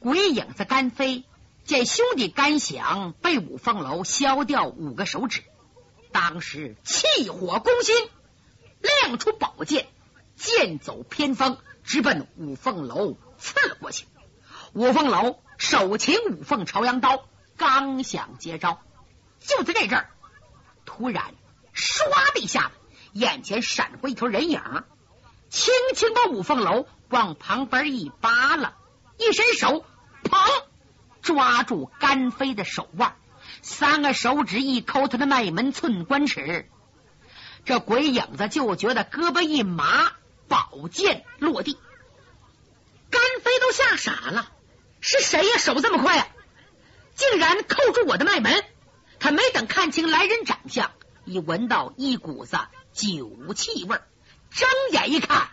鬼影子甘飞见兄弟甘祥被五凤楼削掉5个手指，当时气火攻心，亮出宝剑，剑走偏锋，直奔五凤楼刺了过去。五凤楼手擎五凤朝阳刀，刚想接招，就在这阵儿，突然唰的一下子，眼前闪过一条人影，轻轻把五凤楼往旁边一扒拉，一伸手，砰，抓住甘飞的手腕，3个手指一抠他的脉门寸关尺。这鬼影子就觉得胳膊一麻，宝剑落地。甘飞都吓傻了，是谁呀？手这么快呀，竟然扣住我的脉门！他没等看清来人长相，已闻到一股子酒气味，睁眼一看，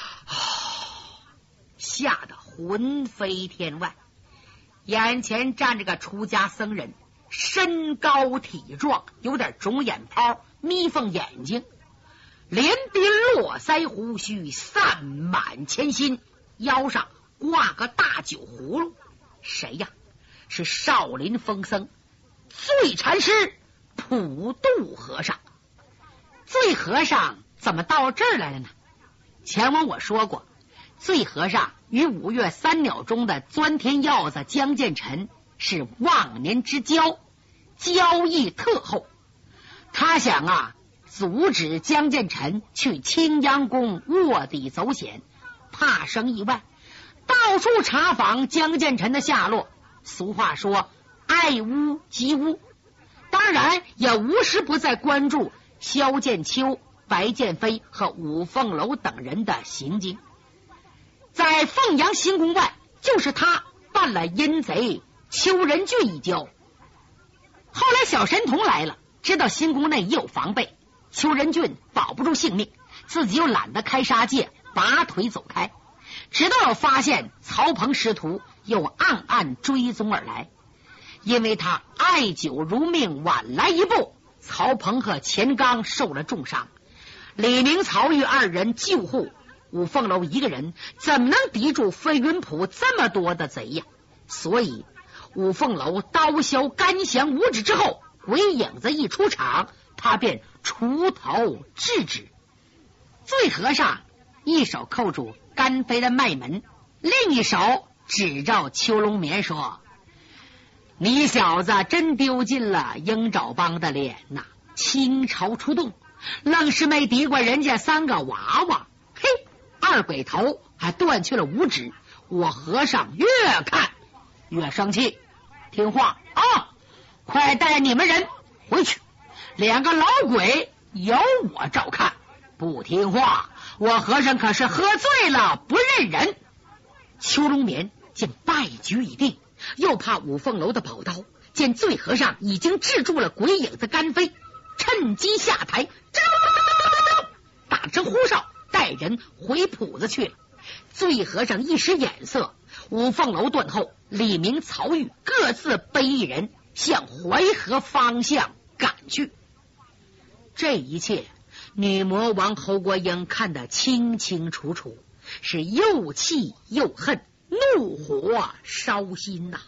吓得魂飞天外。眼前站着个出家僧人，身高体壮，有点肿眼泡，眯缝眼睛，连鬓络腮胡须散满前心，腰上挂个大酒葫芦。谁呀？是少林风僧醉禅师普渡和尚。醉和尚怎么到这儿来了呢？前文我说过，醉和尚与5月3鸟中的钻天鹞子江建臣是忘年之交，交易特厚。他想阻止江建臣去青阳宫卧底走险，怕生意外，到处查访江建臣的下落。俗话说爱屋及乌，当然也无时不在关注萧剑秋、白剑飞和五凤楼等人的行径。在凤阳行宫外，就是他办了阴贼邱仁俊一交。后来小神童来了，知道行宫内已有防备，邱仁俊保不住性命，自己又懒得开杀戒，拔腿走开。直到发现曹鹏师徒又暗暗追踪而来，因为他爱酒如命，晚来一步，曹鹏和钱刚受了重伤，李明、曹玉2人救护，五凤楼1个人怎么能敌住飞云浦这么多的贼呀？所以五凤楼刀削甘祥5指之后，鬼影子一出场，他便锄头制止。醉和尚一手扣住甘飞的脉门，另一手指着邱龙眠说：“你小子真丢尽了鹰爪帮的脸呐！倾巢出动，愣是没敌过人家3个娃娃。嘿，二鬼头还断去了5指，我和尚越看越生气。听话啊，快带你们人回去，2个老鬼由我照看。不听话，我和尚可是喝醉了不认人。”邱龙眠见败局已定，又怕五凤楼的宝刀，见醉和尚已经制住了鬼影子甘飞，趁机下台，打声呼哨，带人回铺子去了。醉和尚一时眼色，五凤楼断后，李明、曹玉各自背一人向淮河方向赶去。这一切女魔王侯国英看得清清楚楚，是又气又恨，怒火烧心呐。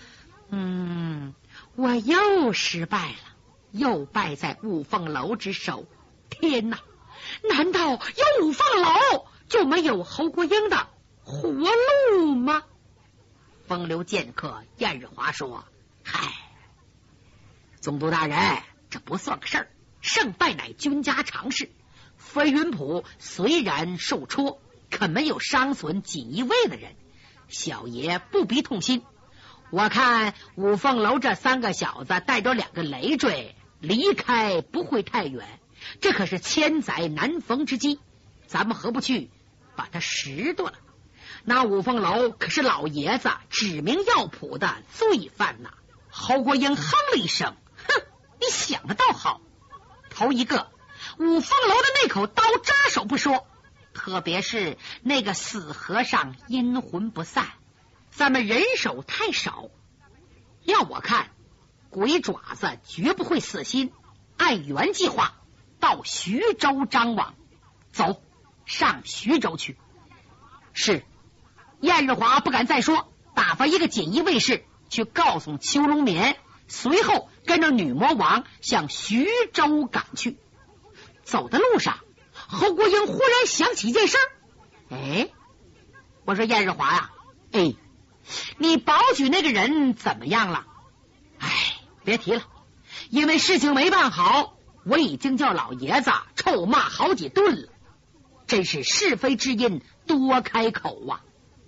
我又失败了，又败在五凤楼之手。天哪，难道有五凤楼就没有侯国英的活路吗？风流剑客燕日华说：“嗨，总督大人，这不算个事儿，胜败乃君家常事。飞云浦虽然受挫，可没有伤损锦衣卫的人，小爷不必痛心。我看五凤楼这3个小子带着2个累赘离开不会太远，这可是千载难逢之机，咱们何不去把他拾掇了？那五凤楼可是老爷子指名要谱的罪犯呐！”侯国英哼了一声：“哼，你想的倒好。头一个，五凤楼的那口刀扎手不说，特别是那个死和尚阴魂不散，咱们人手太少。要我看，鬼爪子绝不会死心，按原计划到徐州张网，走上徐州去。”是。燕日华不敢再说，大发一个锦衣卫士去告诉邱龙眠，随后跟着女魔王向徐州赶去。走的路上，侯国英忽然想起一件事儿。哎，我说燕日华呀，你保举那个人怎么样了？别提了，因为事情没办好，我已经叫老爷子臭骂好几顿了，真是是非之音多开口啊。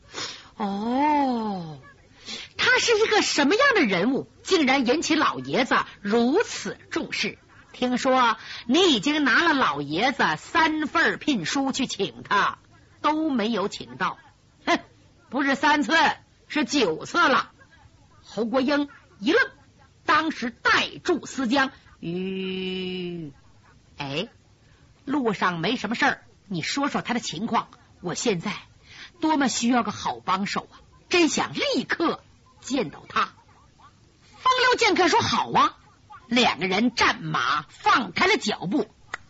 哦，他是一个什么样的人物，竟然引起老爷子如此重视？听说你已经拿了老爷子3份聘书去请他，都没有请到。哼，不是3次，是9次了。侯国英一愣，当时带住思江，路上没什么事儿，你说说他的情况，我现在多么需要个好帮手啊，真想立刻见到他。风流剑客说好啊，两个人战马放开了脚步。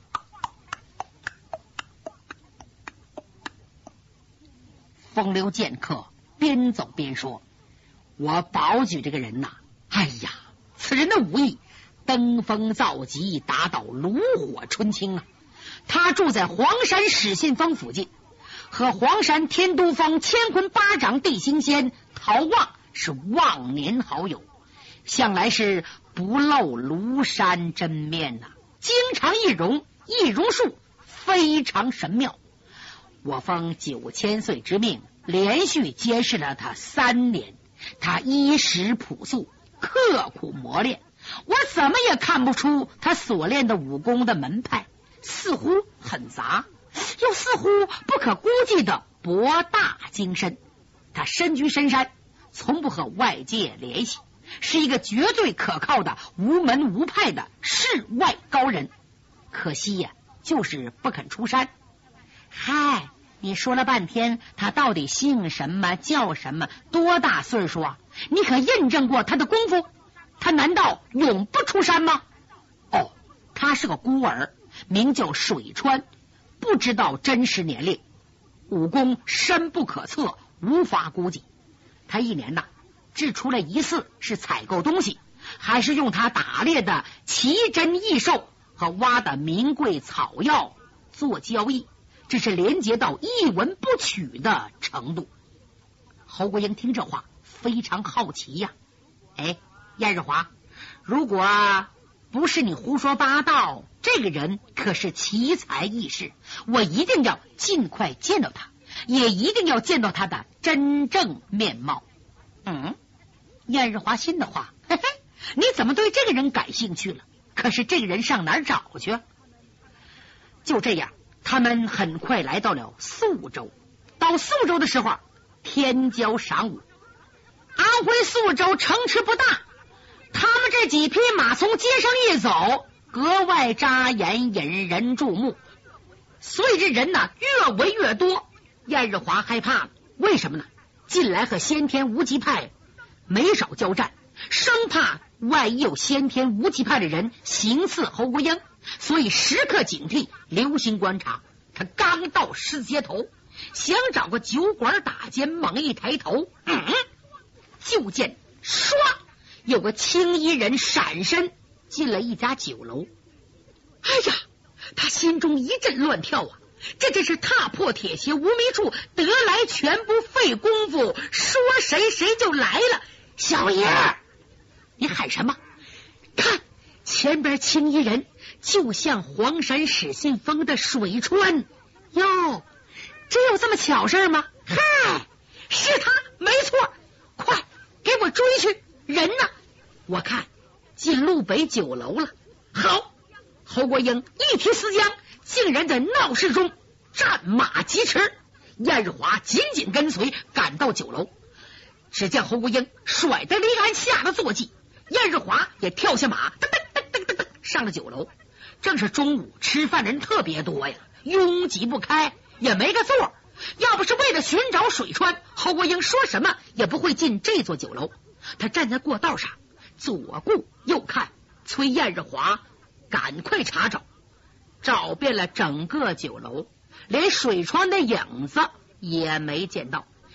风流剑客边走边说，我保举这个人呐，此人的武艺登峰造极，达到炉火纯青啊。他住在黄山始信峰附近，和黄山天都峰乾坤巴掌地心仙陶望是忘年好友，向来是不露庐山真面呐，经常易容术非常神妙。我奉9000岁之命，连续监视了他3年，他衣食朴素，刻苦磨练，我怎么也看不出他所练的武功的门派，似乎很杂，又似乎不可估计的博大精深。他身居深山，从不和外界联系，是一个绝对可靠的无门无派的世外高人。可惜呀，就是不肯出山。你说了半天，他到底姓什么叫什么，多大岁数啊？你可印证过他的功夫？他难道永不出山吗？他是个孤儿，名叫水川，不知道真实年龄，武功深不可测，无法估计。他一年只出来1次，是采购东西，还是用他打猎的奇珍异兽和挖的名贵草药做交易，这是连结到一文不取的程度。侯国英听这话非常好奇呀。燕日华，如果不是你胡说八道，这个人可是奇才异士，我一定要尽快见到他，也一定要见到他的真正面貌。燕日华心的话，你怎么对这个人感兴趣了？可是这个人上哪儿找去？就这样，他们很快来到了宿州。到宿州的时候，天将晌午。安徽宿州城池不大，他们这几匹马从街上一走，格外扎眼，引人注目，所以这人越围越多。燕日华害怕了，为什么呢？近来和先天无极派没少交战，生怕万一有先天无极派的人行刺侯国英，所以时刻警惕，留心观察。他刚到市街头，想找个酒馆打尖，猛一抬头，就见唰有个青衣人闪身进了一家酒楼。他心中一阵乱跳啊，这真是踏破铁鞋无觅处，得来全不费功夫，说谁谁就来了。小爷，你喊什么？看前边青衣人就像黄山始信峰的水川哟，真有这么巧事吗？是他没错，快给我追去！人呢？我看进路北酒楼了。好，侯国英一提思江，竟然在闹市中战马疾驰。燕日华紧紧跟随，赶到酒楼，只见侯国英甩得离鞍下了坐骑，燕日华也跳下马，噔噔噔噔噔上了酒楼。正是中午，吃饭的人特别多呀，拥挤不开，也没个座。要不是为了寻找水川，侯国英说什么也不会进这座酒楼。他站在过道上，左顾右看，催燕日华赶快查找。找遍了整个酒楼，连水川的影子也没见到。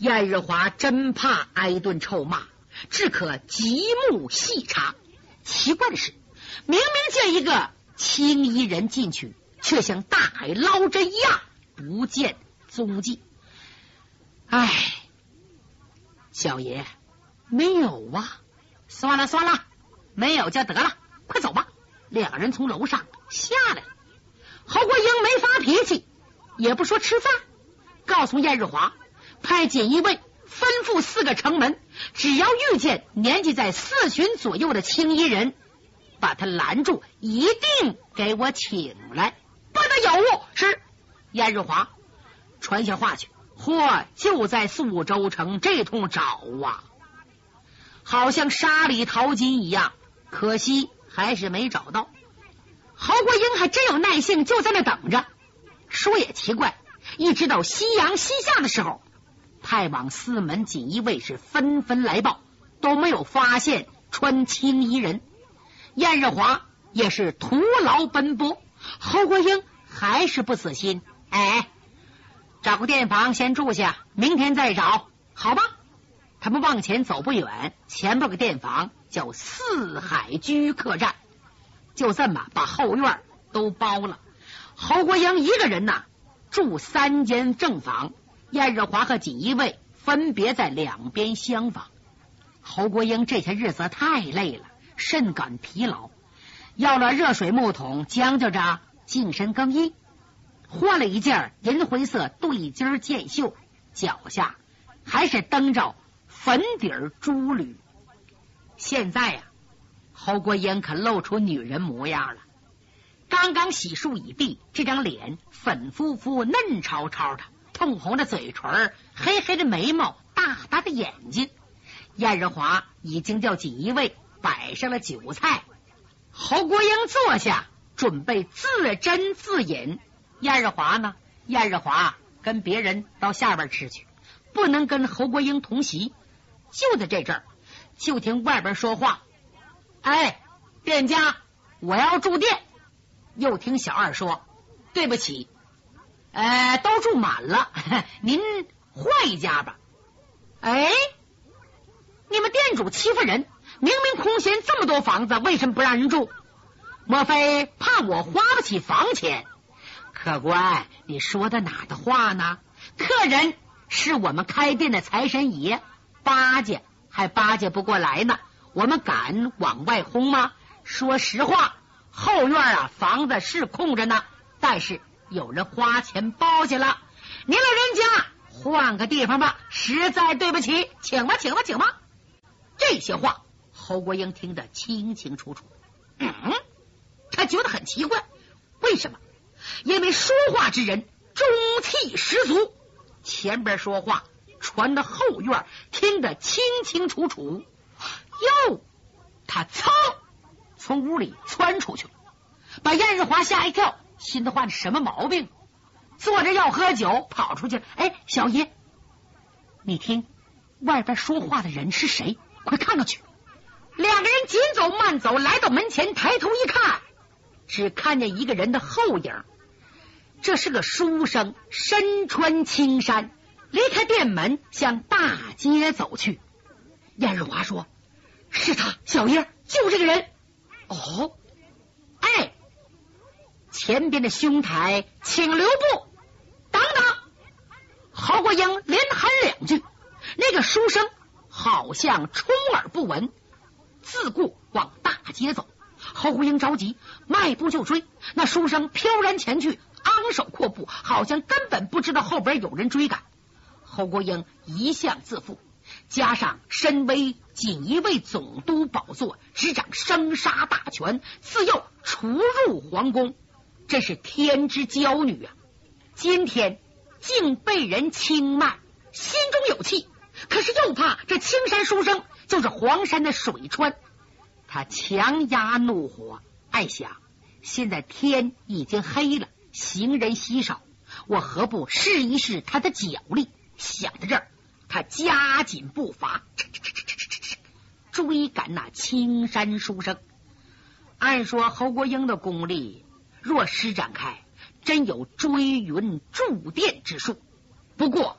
燕日华真怕挨顿臭骂，只可极目细查。奇怪的是，明明见一个青衣人进去，却像大海捞针一样不见踪迹。哎，小爷没有啊。算了，没有就得了，快走吧。两人从楼上下来，侯国英没发脾气，也不说吃饭，告诉燕日华派锦衣卫吩咐4个城门，只要遇见年纪在4旬左右的青衣人，把他拦住，一定给我请来，不得有误。是。燕日华传下话去，嚯，就在宿州城这通找啊，好像沙里淘金一样，可惜还是没找到。侯国英还真有耐性，就在那等着。说也奇怪，一直到夕阳西下的时候，派往4门锦衣卫是纷纷来报，都没有发现穿青衣人。燕日华也是徒劳奔波，侯国英还是不死心。哎，找个店房先住下，明天再找，好吧？他们往前走不远，前边个店房叫四海居客栈，就这么把后院都包了。侯国英一个人呐，住3间正房，燕日华和锦衣卫分别在两边厢房。侯国英这些日子太累了，甚感疲劳，要了热水木桶，将就着净身更衣，换了一件银灰色对襟箭袖，脚下还是蹬着粉底珠履。现在呀，侯国英可露出女人模样了。刚刚洗漱已毕，这张脸粉乎乎嫩潮潮的，通红的嘴唇，黑黑的眉毛，大大的眼睛。燕日华已经叫锦衣卫摆上了酒菜，侯国英坐下准备自斟自饮。燕日华呢？燕日华跟别人到下边吃去，不能跟侯国英同席。就在这阵儿，就听外边说话：“哎，店家，我要住店。”又听小二说：“对不起，都住满了，您换一家吧。”哎，你们店主欺负人，明明空闲这么多房子，为什么不让人住？莫非怕我花不起房钱？客官，你说的哪的话呢？客人是我们开店的财神爷，巴结还巴结不过来呢，我们敢往外轰吗？说实话，后院啊房子是空着呢，但是有人花钱包下了，您老人家换个地方吧，实在对不起，请吧。这些话侯国英听得清清楚楚。他觉得很奇怪，为什么？因为说话之人中气十足，前边说话传到后院听得清清楚楚。哟，他噌从屋里窜出去了，把燕日华吓一跳，心里话你什么毛病？坐着要喝酒跑出去了。哎，小爷，你听外边说话的人是谁？快看过去。两个人紧走慢走来到门前，抬头一看，只看见一个人的后影。这是个书生，身穿青衫，离开店门向大街走去。燕日华说：“是他，小爷，就这个人。”哦，哎，前边的兄台请留步，等等！侯国英连喊2句，那个书生好像充耳不闻，自顾往大街走。侯国英着急，迈步就追，那书生飘然前去，昂首阔步，好像根本不知道后边有人追赶。侯国英一向自负，加上身为锦衣卫总督宝座，执掌生杀大权，自幼出入皇宫，真是天之骄女啊！今天竟被人轻慢，心中有气，可是又怕这青山书生就是黄山的水川，他强压怒火，暗想现在天已经黑了，行人稀少，我何不试一试他的脚力？想到这儿，他加紧步伐，追赶那青山书生。按说侯国英的功力若施展开，真有追云筑电之术。不过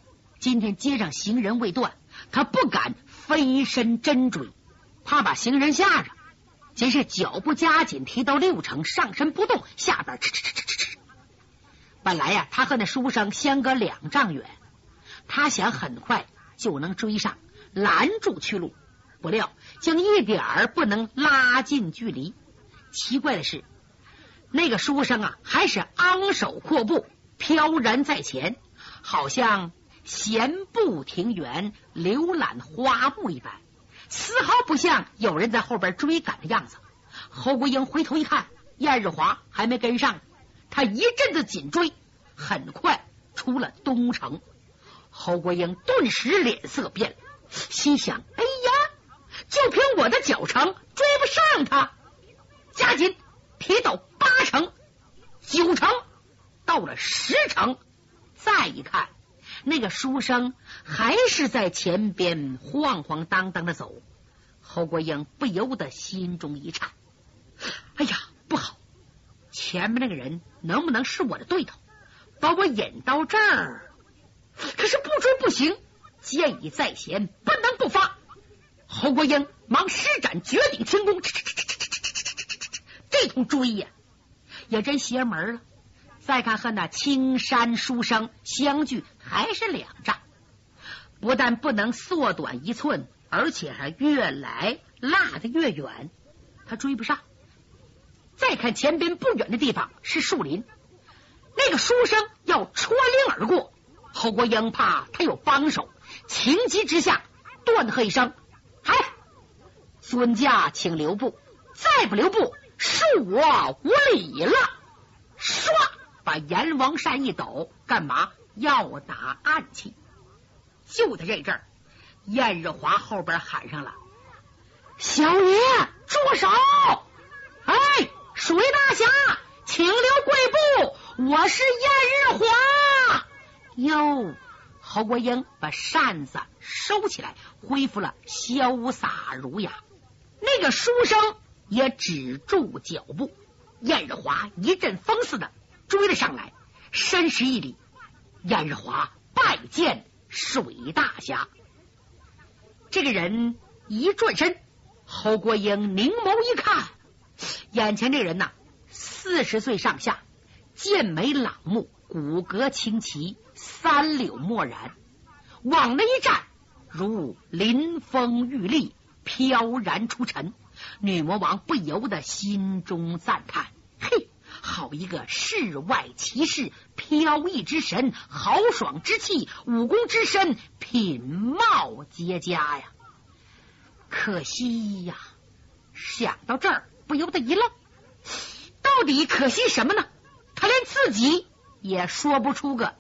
今天街上行人未断，他不敢飞身真追，怕把行人吓着。先是脚步加紧，提到6成，上身不动，下边哧哧哧哧哧。本来呀，他和那书生相隔2丈远，他想很快就能追上，拦住去路，不料竟一点儿不能拉近距离。奇怪的是，那个书生啊，还是昂首阔步，飘然在前，好像闲步庭园，浏览花木一般，丝毫不像有人在后边追赶的样子。侯国英回头一看，燕日华还没跟上，他一阵子紧追，很快出了东城。侯国英顿时脸色变了，心想：哎呀，就凭我的脚程追不上他。加紧提到8成、9成，到了10成，再一看，那个书生还是在前边晃晃荡荡的走。侯国英不由得心中一颤，哎呀，不好，前面那个人能不能是我的对头，把我引到这儿？可是不追不行，箭已在弦，不能不发。侯国英忙施展绝顶轻功，这通追呀，也真邪门了。再看和那青山书生相距还是2丈，不但不能缩短1寸，而且还越来落得越远，他追不上。再看前边不远的地方是树林，那个书生要穿林而过，侯国英怕他有帮手，情急之下断喝一声：嗨，尊驾请留步，再不留步恕我无礼了。唰，把阎王扇一抖，干嘛要打暗器？就在这阵儿，燕日华后边喊上了：小爷住手！哎，水大侠，请留贵步，我是燕日华。哟，侯国英把扇子收起来，恢复了潇洒儒雅。那个书生也止住脚步，燕日华一阵风似的追了上来，深施一礼：燕日华拜见水大侠。这个人一转身，侯国英凝眸一看，眼前这个人呐，40岁上下，剑眉朗目，骨骼清奇，3绺漠然，往那一站，如临风玉立，飘然出尘。女魔王不由得心中赞叹：嘿，好一个世外奇士，飘逸之神，豪爽之气，武功之深，品貌皆佳呀！可惜呀，想到这儿不由得一愣，到底可惜什么呢？他连自己也说不出个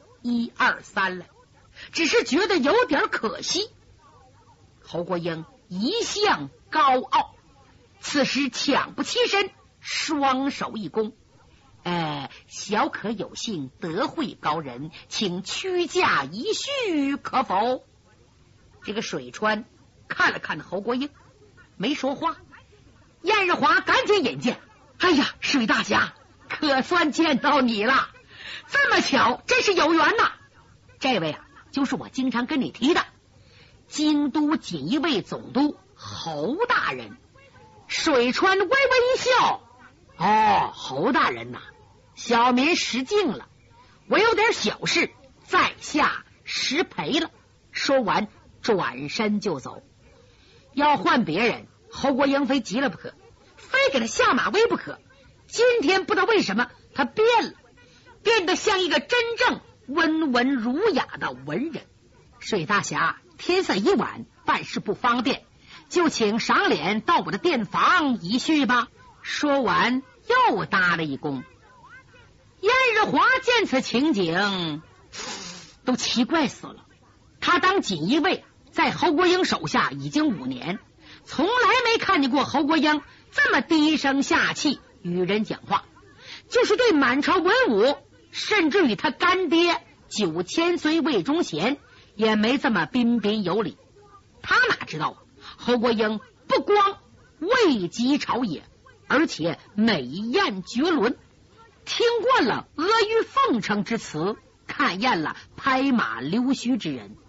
1、2、3来，只是觉得有点可惜。侯国英一向高傲，此时抢不起身，双手一弓：小可有幸得会高人，请屈驾一叙，可否？这个水川看了看侯国英，没说话。燕日华赶紧引荐：哎呀，水大侠，可算见到你了，这么巧，真是有缘呐。这位啊，就是我经常跟你提的京都锦衣卫总督侯大人。水川微微一笑：哦，侯大人呐，小民失敬了，我有点小事，在下失陪了。说完转身就走。要换别人，侯国英非急了不可，非给他下马威不可。今天不知道为什么他变了，变得像一个真正温文儒雅的文人。水大侠，天色已晚，办事不方便，就请赏脸到我的店房一叙吧。说完又搭了一弓。燕日华见此情景，都奇怪死了。他当锦衣卫，在侯国英手下已经5年，从来没看见过侯国英这么低声下气与人讲话，就是对满朝文武，甚至于他干爹9000岁魏忠贤也没这么彬彬有礼。他哪知道啊，侯国英不光位极朝野，而且美艳绝伦，听惯了阿谀奉承之词，看厌了拍马溜须之人，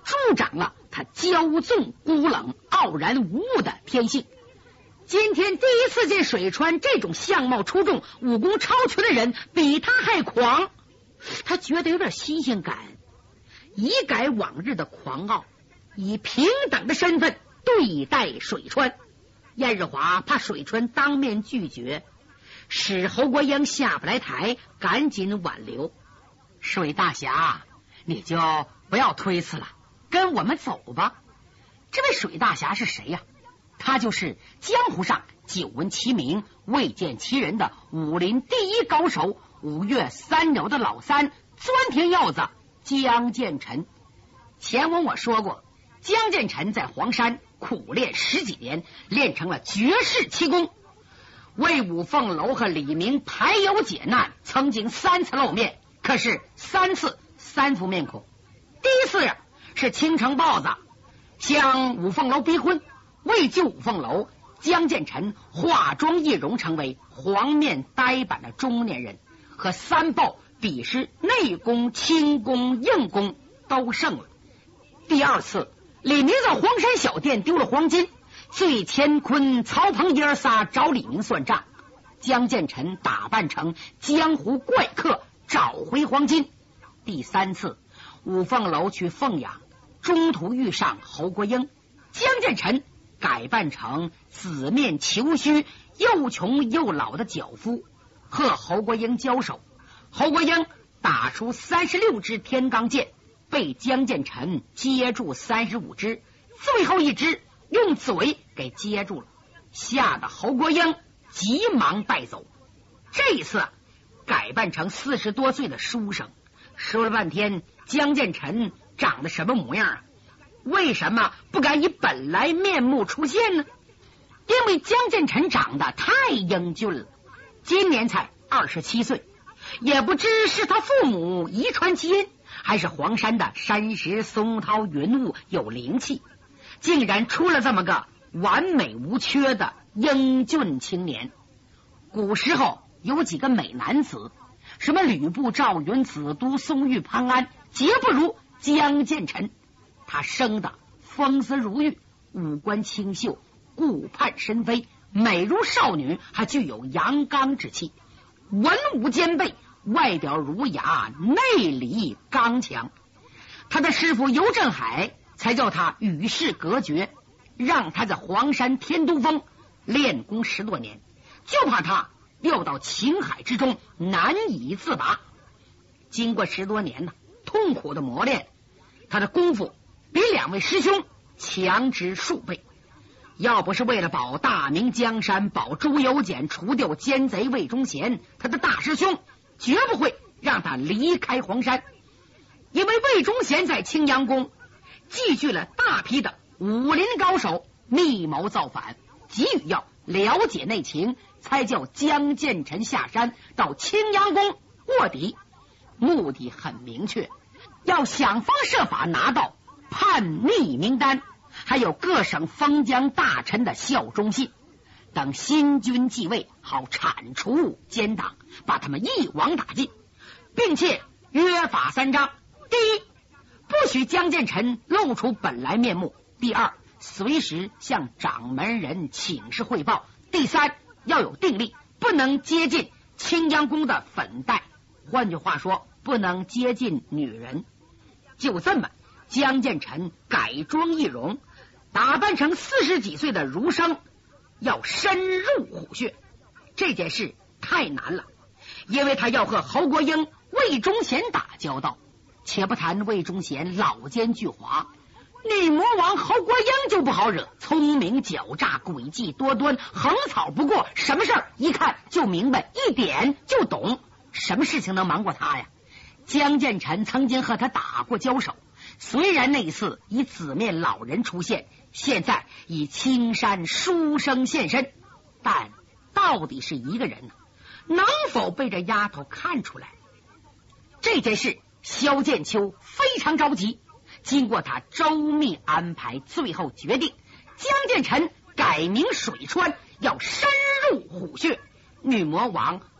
助长了他骄纵孤冷、傲然无物的天性。今天第一次见水川这种相貌出众、武功超群的人比他还狂，他觉得有点新鲜感，一改往日的狂傲，以平等的身份对待水川。燕日华怕水川当面拒绝，使侯国英下不来台，赶紧挽留。水大侠，你就不要推辞了，跟我们走吧。这位水大侠是谁呀？他就是江湖上久闻其名、未见其人的武林第一高手5岳3鸟的老三，钻天鹞子江建成。前文我说过，江建成在黄山苦练10几年，练成了绝世奇功，为五凤楼和李明排忧解难，曾经3次露面，可是3次3副面孔。第一次是青城豹子向五凤楼逼婚，为救五凤楼，江建成化妆易容，成为黄面呆板的中年人，和3豹比试内功、轻功、硬功都胜了。第二次，李明在黄山小店丢了黄金，醉乾坤、曹鹏爷儿仨找李明算账，江建成打扮成江湖怪客找回黄金。第3次，五凤楼去凤阳，中途遇上侯国英，江建成改扮成紫面虬须、又穷又老的脚夫，和侯国英交手。侯国英打出36支天罡剑，被江建成接住35支，最后一支用嘴给接住了，吓得侯国英急忙带走。这一次改扮成40多岁的书生，说了半天江建成长得什么模样啊？为什么不敢以本来面目出现呢？因为江建成长得太英俊了，今年才27岁，也不知是他父母遗传基因，还是黄山的山石松涛云雾有灵气，竟然出了这么个完美无缺的英俊青年。古时候有几个美男子，什么吕布、赵云、子都、宋玉、潘安，皆不如江建成。他生的风姿如玉，五官清秀，顾盼深飞，美如少女，还具有阳刚之气，文武兼备，外表儒雅，内里刚强。他的师傅尤振海才叫他与世隔绝，让他在黄山天都峰练功10多年，就怕他掉到情海之中，难以自拔。经过10多年痛苦的磨练，他的功夫比2位师兄强之数倍。要不是为了保大明江山，保朱由检，除掉奸贼魏忠贤，他的大师兄绝不会让他离开黄山。因为魏忠贤在青阳宫聚聚了大批的武林高手，密谋造反，急于要了解内情，才叫江建成下山到青阳宫卧底。目的很明确，要想方设法拿到叛逆名单，还有各省封疆大臣的效忠信，等新君继位，好铲除奸党，把他们一网打尽，并且约法3章：第一，不许江建成露出本来面目；第二，随时向掌门人请示汇报；第三，要有定力，不能接近青阳宫的粉黛，换句话说，不能接近女人。就这么，江建成改装易容，打扮成40几岁的儒生，要深入虎穴。这件事太难了，因为他要和侯国英、魏忠贤打交道。且不谈魏忠贤老奸巨猾，女魔王侯国英就不好惹，聪明狡诈，诡计多端，横草不过，什么事儿一看就明白，一点就懂，什么事情能瞒过他呀？江建成曾经和他打过交手，虽然那一次以紫面老人出现，现在以青山书生现身，但到底是一个人呢？能否被这丫头看出来？这件事萧剑秋非常着急，经过他周密安排，最后决定江建成改名水川，要深入虎穴。女魔王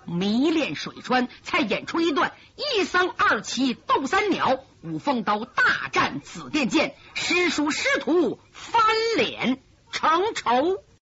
迷恋水川，才演出一段一僧二奇斗三鸟，五凤刀大战紫电剑，师叔师徒翻脸成仇。